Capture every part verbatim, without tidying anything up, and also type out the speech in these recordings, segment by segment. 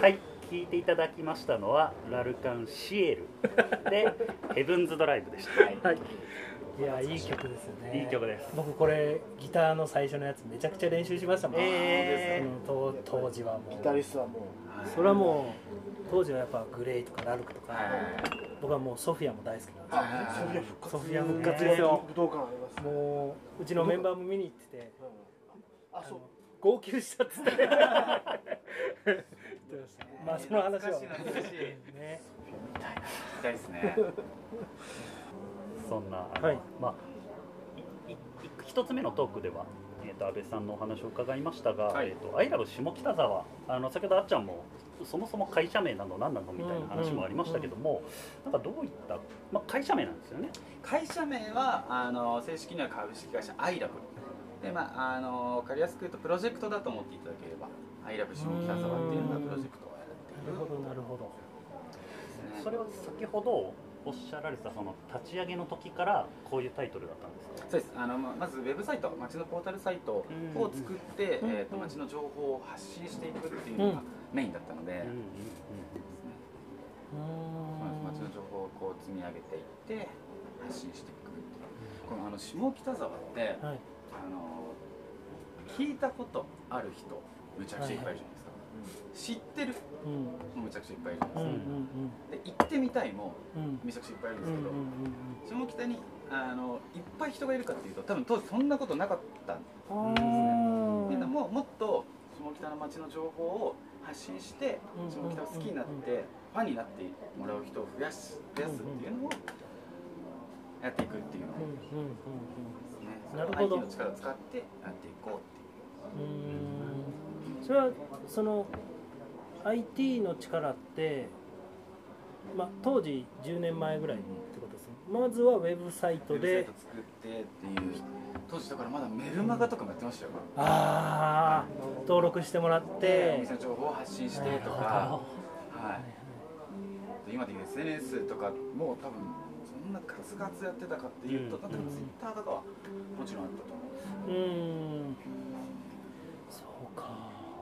はい、聞いていただきましたのはラルカンシエルでヘブンズドライブでした。 はい、いやいい曲ですよね。 いい曲です。 僕これギターの最初のやつめちゃくちゃ練習しましたもん。えー、その当時はもうギタリストはもうそれはもう当時はやっぱグレイとかラルクとか、僕はもうソフィアも大好きなんですよ。 ソフィア復活。 ソフィア復活ですよ。 武道館あります。 もううちのメンバーも見に行ってて、 あ、そう。 号泣したっつって。まあその話はね。 みたいな。みたいですね。 そんな、 はい、 まあ一つ目のトークでは、えー、と安倍さんのお話を伺いましたが、はい、えー、とアイラブ下北沢、あの先ほどあっちゃんもそもそも会社名なの何なのみたいな話もありましたけども、なんかどういった、まあ、会社名なんですよね。 会社名はあの正式には株式会社アイラブで、まあ、あの分かりやすく言うとプロジェクトだと思っていただければ、アイラブ下北沢っていうようなプロジェクトをやっている。 なるほどなるほど。 それは先ほどおっしゃられたその立ち上げの時からこういうタイトルだったんですか。 そうです。あのまずウェブサイト、街のポータルサイトを作って、うん、えー、と街の情報を発信していくっていうのがメインだったので、街の情報をこう積み上げていって発信していくっていう。このあの下北沢って、はい、あの聞いたことある人めちゃくちゃいっぱいいるじゃないですか。知ってる、うん、むちゃくちゃいっぱいいるじゃないですか。で行ってみたいもめちゃくちゃいっぱいいるんですけど、下北にあのいっぱい人がいるかっていうと多分当時そんなことなかったんですね。みんなももっと下北の街の情報を発信して下北を好きになってファンになってもらう人を増やす増やすっていうのをやっていくっていうのをですね。なるほど。アイティーの力を使ってやっていこうっていう。 それはその アイティー の力って、まあ、当時じゅうねんまえぐらいってことですね。まずはウェブサイトでウェブサイト作ってっていう当時だからまだメルマガとかもやってましたよ。 ああ、登録してもらってお店の情報を発信してとか、はい、今でいう エスエヌエス とかもう多分そんなガツガツやってたかっていうと、例えば ツイッターとかはもちろんあったと思うんです。 うん、そうか。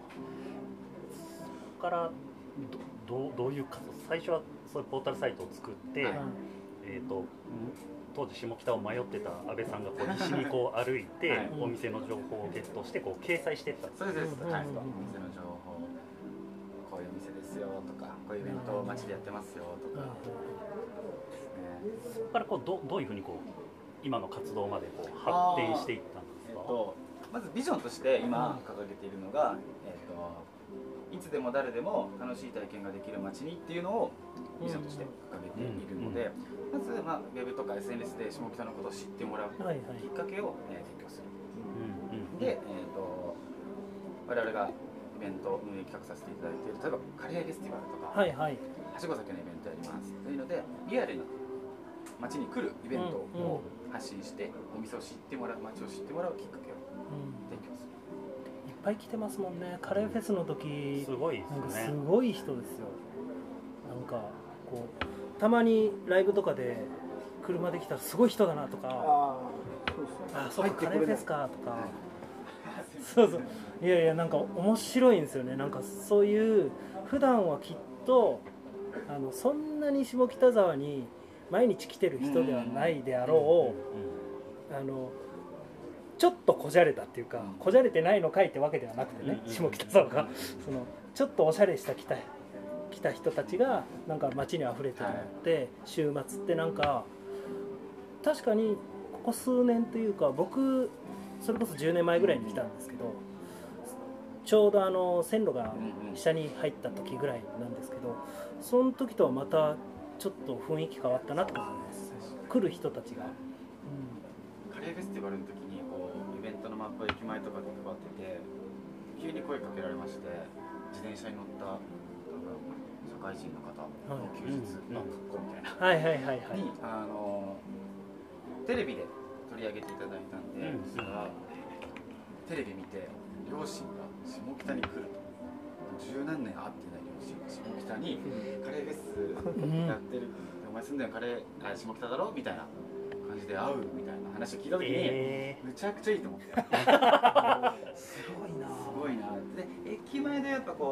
そこからどどどういう活動、最初はそういうポータルサイトを作って、はい、えーと当時下北を迷ってた安倍さんがこう西にこう歩いて、はい、お店の情報をゲットしてこう掲載していったんです。 そうです、はい、お店の情報、こういうお店ですよとか、こういうイベントを街でやってますよとか、 そこからこう ど, どういうふうにこう今の活動までこう発展していったんですか。 えー、とまずビジョンとして今掲げているのが、えー、といつでも誰でも楽しい体験ができる街にっていうのをビジョンとして掲げているので、まず、まあ、ウェブとか エスエヌエス で下北のことを知ってもらうきっかけを、えー、提供する。で、えー、と我々がイベント運営企画させていただいている、例えばカレーフェスティバルとか、 はいはい、 はしご酒のイベントやりますというので、リアルな街に来るイベントを発信して、お店を知ってもらう、街を知ってもらうきっかけを提供する。 いっぱい来てますもんね。カレーフェスの時すごいですね。 なんかすごい人ですよ。なんかこうたまにライブとかで車で来たらすごい人だなとか、ああそうかカレーフェスかとか、そうそう、いやいやなんか面白いんですよね。なんかそういう普段はきっとあのそんなに下北沢に毎日来てる人ではないであろう、あのちょっとこじゃれたっていうか、こじゃれてないのかいってわけではなくてね、下北沢がそのちょっとおしゃれした来た来た人たちがなんか街にあふれてるのって、はい、週末ってなんか確かにここ数年というか、僕それこそじゅうねんまえぐらいに来たんですけど、ちょうどあの線路が下に入った時ぐらいなんですけど、その時とはまたちょっと雰囲気変わったなと思います。来る人たちが、 うん、カレーフェスティバルの時にこうイベントのマップを駅前とかで配ってて、急に声かけられまして、自転車に乗った社会人の方の休日の格好みたいな、 はいはいはいはい、 にあのテレビで取り上げていただいたんで、うん、それはテレビ見て両親が下北に来ると、十何年会ってない両親が下北にカレーフェスやってる、うん、お前住んでるのカレーあ下北だろみたいな感じで会うみたいな話を聞いた時に、えー、むちゃくちゃいいと思ってすごいなすごいなで、駅前でやっぱこう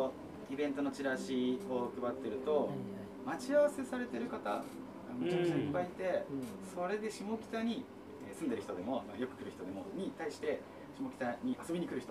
イベントのチラシを配ってると待ち合わせされてる方がめちゃくちゃいっぱいいて、それで下北に住んでる人でもよく来る人でもに対して下北に遊びに来る人、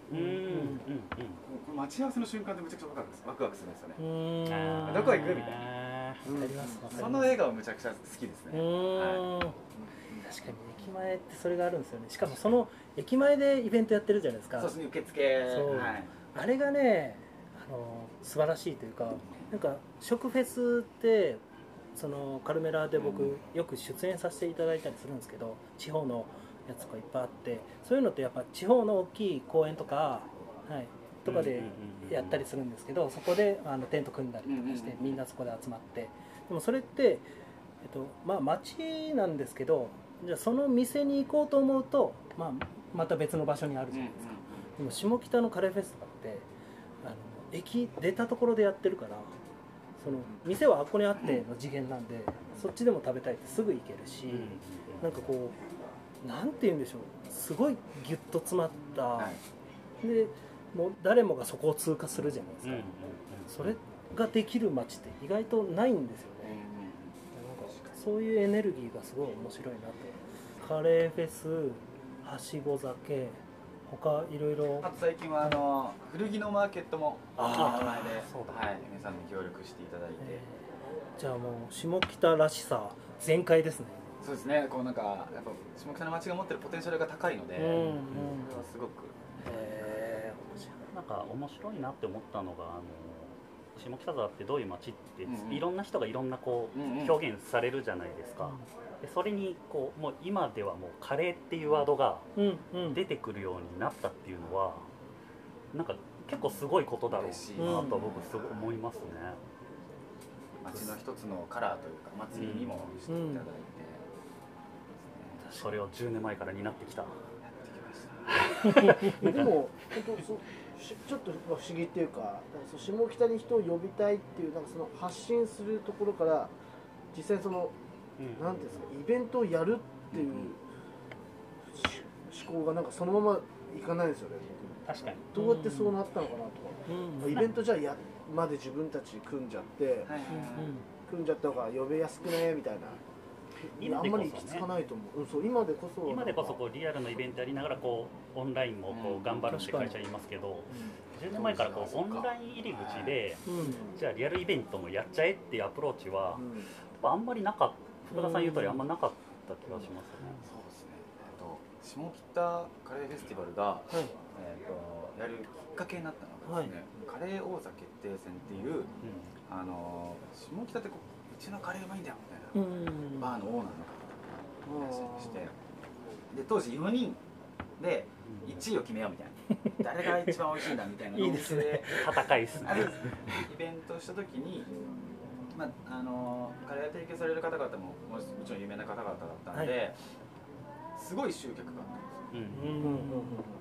待ち合わせの瞬間でめちゃくちゃワクワクするんですよね。どこ行くみたいな、その笑顔めちゃくちゃ好きですね。 確かに駅前ってそれがあるんですよね。しかもその駅前でイベントやってるじゃないですか。 そうですね、受付。 あれがね、あの素晴らしいというか、なんか食フェスってそのカルメラで僕よく出演させていただいたりするんですけど、地方のやつがいっぱいあって、そういうのってやっぱ地方の大きい公園とか、はい、とかでやったりするんですけど、そこであのテント組んだりとかしてみんなそこで集まって、でもそれって、えっとまあ、街なんですけど、じゃあその店に行こうと思うと、まあ、また別の場所にあるじゃないですか。でも下北のカレーフェスとかってあの駅出たところでやってるから、その店はあっこにあっての次元なんで、そっちでも食べたいってすぐ行けるし、なんかこうなんて言うんでしょう、すごいギュッと詰まった、はい、でもう誰もがそこを通過するじゃないですか、うんうんうん、それができる街って意外とないんですよね、うん、なんかそういうエネルギーがすごい面白いなと。カレーフェス、はしご酒、他いろいろ、 あと最近はあの古着のマーケットも大きな名前で、はい、皆さんに協力していただいて、えー、じゃあもう下北らしさ全開ですね。 そうですね、こうなんかやっぱ下北の街が持ってるポテンシャルが高いので、うんうん、それはすごく、 えー、なんか面白いなって思ったのが、あの下北沢ってどういう街って、うんうん、いろんな人がいろんなこう、うんうん、表現されるじゃないですか、うん、でそれにこうもう今ではもうカレーっていうワードが出てくるようになったっていうのは、なんか結構すごいことだろうなと僕すごい思いますね。 街の一つのカラーというか祭りにもしていただいて、うんうん、 それをじゅうねんまえから担ってきた。 でも本当そちょっと不思議っていうか、下北に人を呼びたいっていうなんかその発信するところから実際その、うん、なんていうんですか、イベントをやるっていう思考がなんかそのままいかないですよね。 確かに。 どうやってそうなったのかなとか、うん、イベントじゃあやまで自分たち組んじゃって、はいはいはい、組んじゃった方が呼べやすくねみたいな。 今でこそね、あんまり行き着かないと思う。うん、そう今でこそ今でこそこうリアルのイベントやりながらこうオンラインもこう頑張るって会社いますけど、うん、じゅうねんまえからこうオンライン入り口で、うん、じゃあリアルイベントもやっちゃえっていうアプローチは、うん、あんまりなかった。福田さん言う通りあんまなかった気がしますね。 うん、そうですね。えっと下北カレーフェスティバルが、はい、えっとやるきっかけになったのがですね、はい、カレー王座決定戦っていう、うん、あの下北ってこううちのカレーうまいんだよみたいな。バーのオーナーの方がいらっしゃいまして、で当時よにんでいちいを決めようみたいな誰が一番美味しいんだみたいなのを戦いですね。 イベントをした時に、まあ、あのカレーを提供される方々ももちろん有名な方々だったので、はい、すごい集客があったんですよ。うんうんうんうん、わ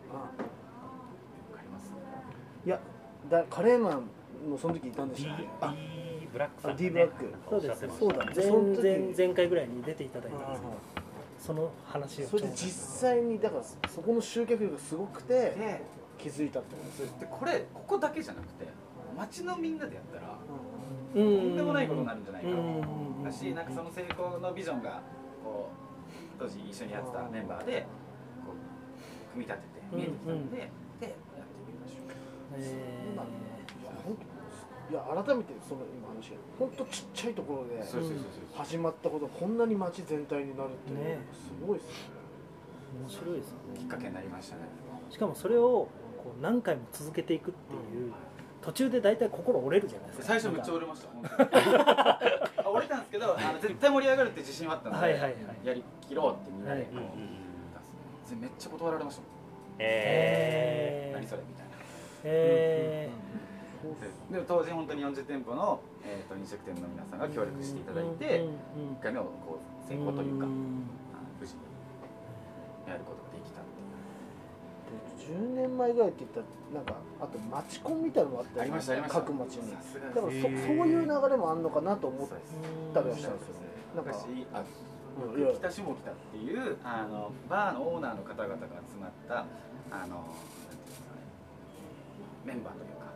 かります？ いやだカレーマンもその時いたんでしょうね。あブラックさん、ね、 D ブラックそうですね。そうだ。前前前回ぐらいに出ていただいたんですけど、その話をそれで実際にだからそこの集客力がすごくて気づいたってことです。 でこれここだけじゃなくて街のみんなでやったらとんでもないことになるんじゃないかな。だしなんかその成功のビジョンがこう当時一緒にやってたメンバーでこう組み立てて見えてきたので、でやってみましょう。えーいや改めてその今話が本当ちっちゃいところで始まったことがこんなに街全体になるっていうのがすごいですね。 面白いですね。 きっかけになりましたね。 しかもそれをこう何回も続けていくっていう、うん、途中で大体心折れるじゃないですか。 最初めっちゃ折れましたあ折れたんですけどあの絶対盛り上がるって自信はあったのではいはい、はい、やりきろうってみんなでこう、はいうん、めっちゃ断られましたもん。えー、何それみたいな。えーうんでも当時本当によんじゅう店舗の、えー、と飲食店の皆さんが協力していただいていっかいめをこう成功というか無事にやることができたっていう。 じゅうねんまえぐらいって言ったらなんかあと町コンみたいなのもあったりして各町にだから そ, そういう流れもあるのかなと思ったりはしたんですよね。なんかあ北下北っていうあのバーのオーナーの方々が集まったあのなんていうんですかねメンバーというか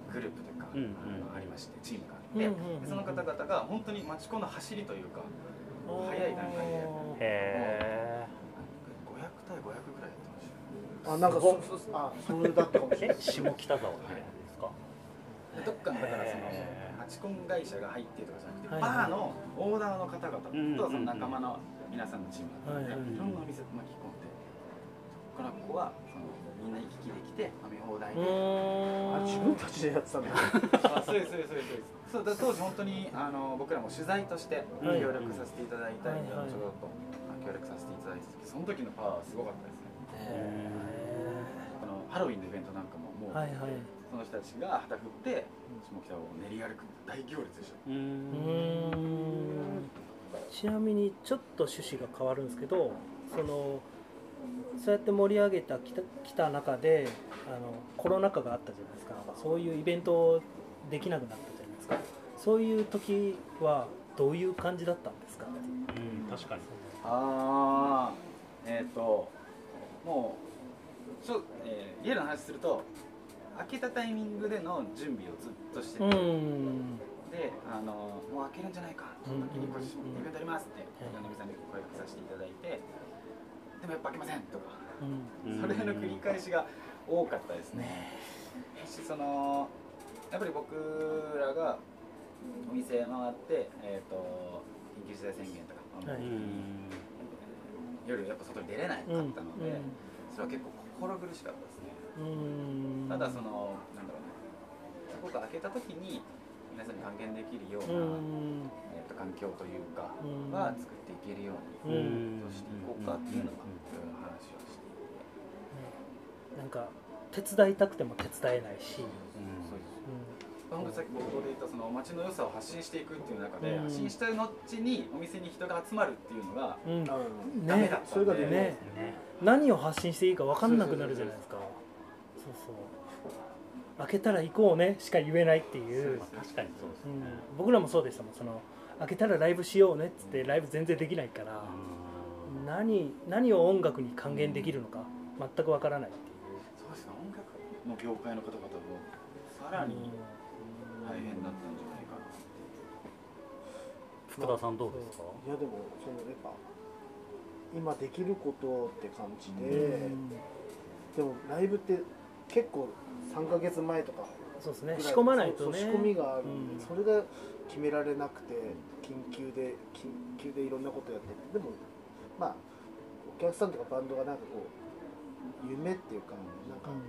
グループというか、うん、あ, のありましてチームがあって、うんうん、でその方々が本当に町コンの走りというか早い段階でへごひゃくたいごひゃくぐらいやってました。 あ、なんかそあそれだったかもしれない。 下北沢ですか。 どっかだからその町コン会社が入ってとかじゃなくて、バーのオーナーの方々とその仲間の皆さんのチームがあって、いろんなお店巻き込んで、そこからここはそのみんな行き来できて飲み放題で、 あ、自分たちでやってたんだ。 あ、そうですそうですそうです。そうだ、当時本当にあの僕らも取材として協力させていただいたり、ちょっと協力させていただいた時、その時のパワーはすごかったですね。あのハロウィンのイベントなんかももう、はいはい、その人たちが旗振って下北を練り歩く大行列でした。うーん。 ちなみにちょっと趣旨が変わるんですけど、そのそうやって盛り上げたきたきた中であのコロナ禍があったじゃないですか。そういうイベントできなくなったじゃないですか。そういう時はどういう感じだったんですか。 うん、確かに。 ああ、えっ、ー、ともうちょ、えー、リアルな話すると開けたタイミングでの準備をずっとしてて、うん、で、あのもう開けるんじゃないか、その時にこっちイベントやりますっていろんな皆さんに声かけさせていただいて、でもやっぱ開けませんとか、うん、それの繰り返しが多かったですね。そのやっぱり僕らがお店回って、えー、と緊急事態宣言とか、はい、夜やっぱ外に出れなかったので、うん、それは結構心苦しかったですね。うん、ただそのなんだろうな、そこが開けた時に皆さんに還元できるような、うん、えー、と環境というかは作っていけるように、どうしていこうかっていうのがいろいろ話をしていて、 なんか手伝いたくても手伝えないし、うん、 そうです。本当にさっき冒頭で言ったその街の良さを発信していくっていう中で、うん、発信した後にお店に人が集まるっていうのが、うん、ダメだったんで、ね、ね、 何を発信していいか分かんなくなるじゃないですか。そうそう、開けたら行こうねしか言えないっていう。 確かにそうですね、うん、 僕らもそうでしたもん。その開けたらライブしようねっつってライブ全然できないから、うん、何何を音楽に還元できるのか全く分からないっていう。 そうですね、音楽の業界の方々もさらに、うん、大変だったんじゃないかな。 福田さんどうですか。 いやでもそのやっぱ今できることって感じで、うん、でもライブって結構さんかげつまえとかそうですね、仕込まないとね、 仕込みがあるんで、うん、それが決められなくて緊急で緊急でいろんなことやってて、でもまあお客さんとかバンドがなんかこう夢っていうかなんか、うん、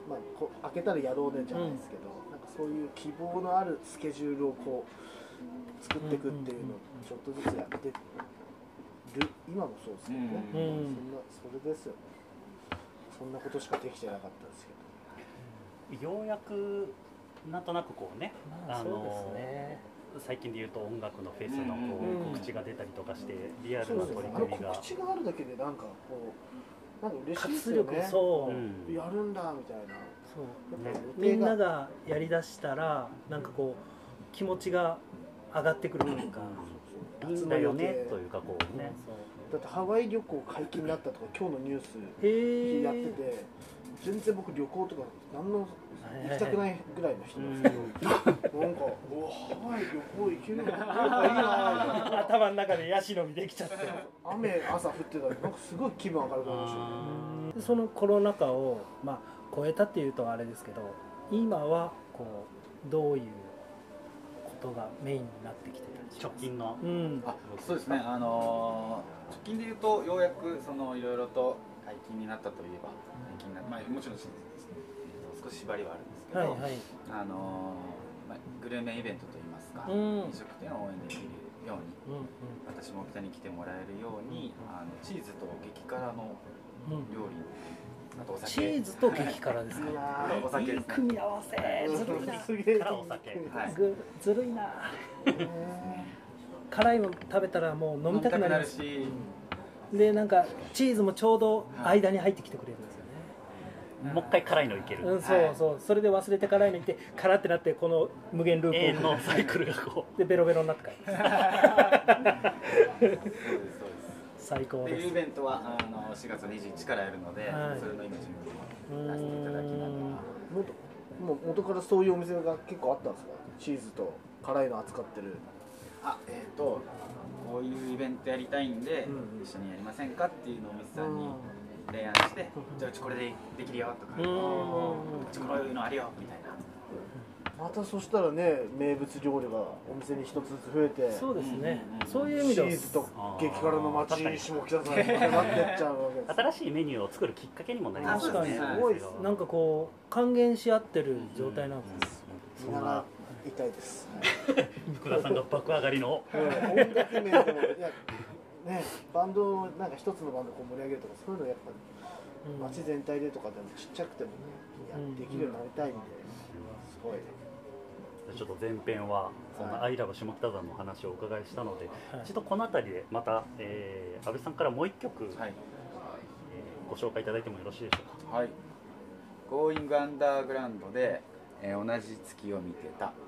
まあこ開けたらやろうねじゃないですけど、うん、なんかそういう希望のあるスケジュールをこう作っていくっていうのをちょっとずつやってる、今もそうですけどね、うん、そんなそれですよね。そんなことしかできてなかったですけど。 ようやくなんとなくこうね、 まあ、あのそうですね、 最近でいうと音楽のフェスのこう告知が出たりとかしてリアルな取り組みが、 告知があるだけでなんかこうなんか嬉しいですよね。そう、やるんだみたいな。 そうね、みんながやりだしたらなんかこう気持ちが上がってくるというか、 いいんだよねというかこうね。 だってハワイ旅行解禁になったとか今日のニュースやってて、全然僕旅行とか何の行きたくないぐらいの人なんですけど、なんかおハワイ旅行行けるのなんかいいな頭の中でヤシの実できちゃって雨朝降ってたらなんかすごい気分上がると思いましたね。 そのコロナ禍をまあ超えたっていうとあれですけど、今はこうどういうことがメインになってきてたりします？ 直近の、 うん、あそうですね、あのー、直近で言うとようやくそのいろいろと解禁になったといえば解禁にな、まあ、もちろんですね、少し縛りはあるんですけど、はいはい、あのーまあ、グルメイベントといいますか、飲、うん、食店を応援できるように、うんうん、私も北に来てもらえるように、あのチーズと激辛の料理、うん、あとお酒、 チーズと激辛ですか？ お酒ですね。 いい組み合わせ、ずるいな。 すげえお酒、はい、 ず, ずるいな。辛いの食べたらもう飲みたくなるし、でなんかチーズもちょうど間に入ってきてくれるんですよね。 もう一回辛いのいける、 うん、そうそう、それで忘れて辛いのいって辛ってなってこの無限ループのサイクルがこうでベロベロになってから最高です。 イベントはあのしがつにじゅういちからやるので、はい、それの今準備をさせていただきながら、 もう元からそういうお店が結構あったんですか？チーズと辛いの扱ってる。 あ、えっ、ー、とこういうイベントやりたいんで、うん、一緒にやりませんかっていうのをお店さんに提案して、うん、じゃあうちこれでできるよとか、うん、うちこういうのあるよみたいな。 またそしたらね、名物料理がお店に一つずつ増えて、 そうですね、うん、そういう意味ではチーズと激辛の街下北沢になってっちゃうわけです。 新しいメニューを作るきっかけにもなりますね。 確かにすごいなんかこう還元し合ってる状態なんです。 そんな痛いです。 福田さんが爆上がりの音楽面でもいやね、バンドなんか一つのバンドを盛り上げるとかそういうのやっぱり街全体でとかでもちっちゃくてもね、やできるようになりたいんで、すごい。 ちょっと前編はそんなアイラブ下北沢の話をお伺いしたので、はい、一度この辺りでまた、えー、安倍さんからもう一曲、はいえー、ご紹介いただいてもよろしいでしょうか。 はい。Going Underground で、えー、同じ月を見てた。